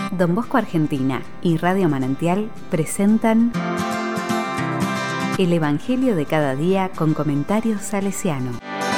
Don Bosco Argentina y Radio Manantial presentan El Evangelio de cada día con comentarios salesiano.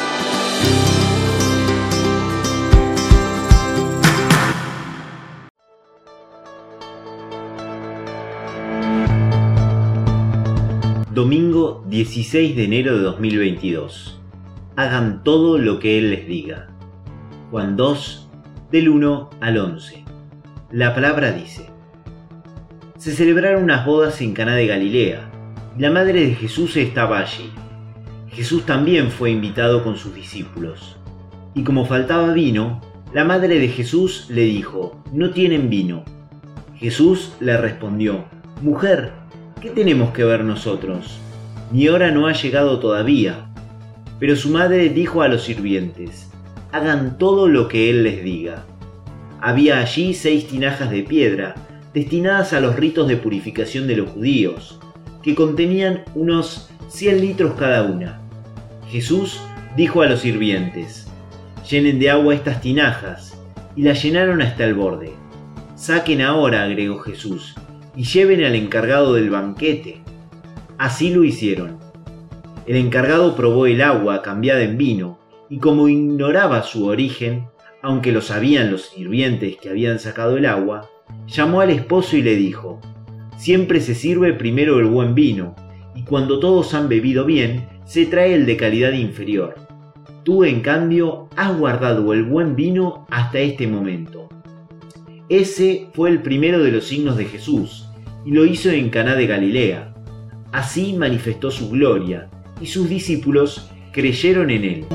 Domingo 16 de enero de 2022. Hagan todo lo que Él les diga. Juan 2, del 1 al 11. La palabra dice: Se celebraron unas bodas en Caná de Galilea, y la madre de Jesús estaba allí. Jesús también fue invitado con sus discípulos. Y como faltaba vino, la madre de Jesús le dijo: No tienen vino. Jesús le respondió: Mujer, ¿qué tenemos que ver nosotros? Mi hora no ha llegado todavía. Pero su madre dijo a los sirvientes: Hagan todo lo que Él les diga. Había allí 6 tinajas de piedra, destinadas a los ritos de purificación de los judíos, que contenían unos 100 litros cada una. Jesús dijo a los sirvientes: Llenen de agua estas tinajas, y las llenaron hasta el borde. Saquen ahora, agregó Jesús, y lleven al encargado del banquete. Así lo hicieron. El encargado probó el agua cambiada en vino, y como ignoraba su origen, aunque lo sabían los sirvientes que habían sacado el agua, llamó al esposo y le dijo: Siempre se sirve primero el buen vino, y cuando todos han bebido bien, se trae el de calidad inferior. Tú, en cambio, has guardado el buen vino hasta este momento. Ese fue el primero de los signos de Jesús, y lo hizo en Caná de Galilea. Así manifestó su gloria, y sus discípulos creyeron en él.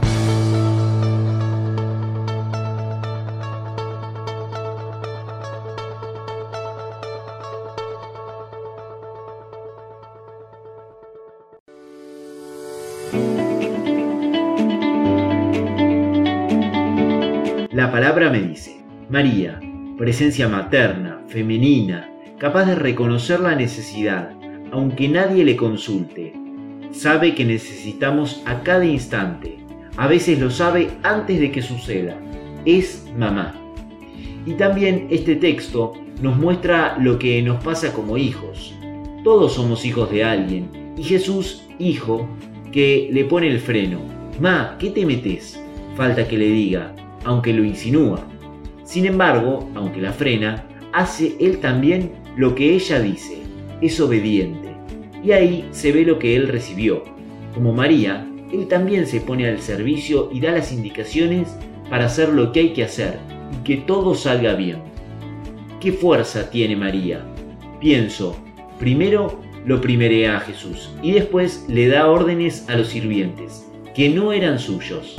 La palabra me dice: María, presencia materna, femenina, capaz de reconocer la necesidad, aunque nadie le consulte. Sabe que necesitamos a cada instante. A veces lo sabe antes de que suceda. Es mamá. Y también este texto nos muestra lo que nos pasa como hijos. Todos somos hijos de alguien, y Jesús, hijo, que le pone el freno. Ma, ¿qué te metés? Falta que le diga, aunque lo insinúa. Sin embargo, aunque la frena, hace él también lo que ella dice. Es obediente. Y ahí se ve lo que él recibió. Como María, él también se pone al servicio y da las indicaciones para hacer lo que hay que hacer y que todo salga bien. ¿Qué fuerza tiene María? Pienso, primero lo primerea a Jesús y después le da órdenes a los sirvientes, que no eran suyos.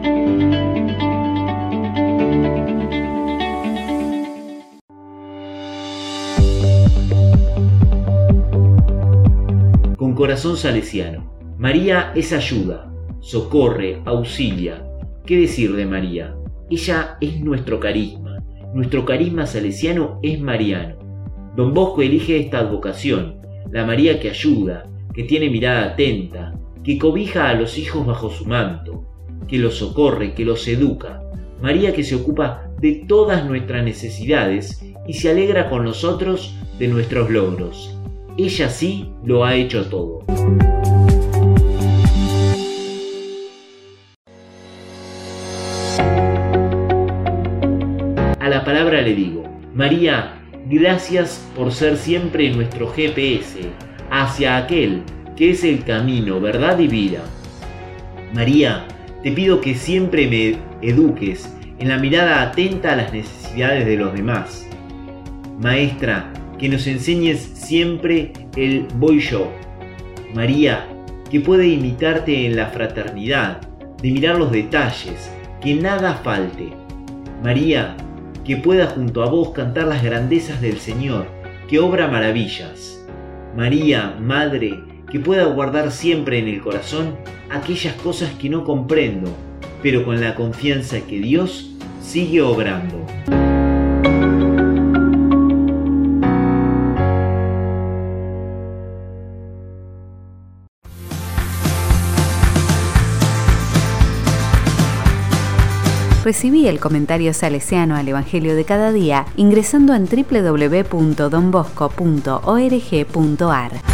Con corazón salesiano. María es ayuda, socorre, auxilia. ¿Qué decir de María? Ella es nuestro carisma. Nuestro carisma salesiano es mariano. Don Bosco elige esta advocación, la María que ayuda, que tiene mirada atenta, que cobija a los hijos bajo su manto, que los socorre, que los educa. María que se ocupa de todas nuestras necesidades y se alegra con nosotros de nuestros logros. Ella sí lo ha hecho todo. A la palabra le digo: María, gracias por ser siempre nuestro GPS hacia aquel que es el camino, verdad y vida. María, te pido que siempre me eduques en la mirada atenta a las necesidades de los demás. Maestra, que nos enseñes siempre el voy yo. María, que puede imitarte en la fraternidad, de mirar los detalles, que nada falte. María, que pueda junto a vos cantar las grandezas del Señor, que obra maravillas. María, Madre, que pueda guardar siempre en el corazón aquellas cosas que no comprendo, pero con la confianza que Dios sigue obrando. Recibí el comentario salesiano al Evangelio de cada día ingresando en www.donbosco.org.ar.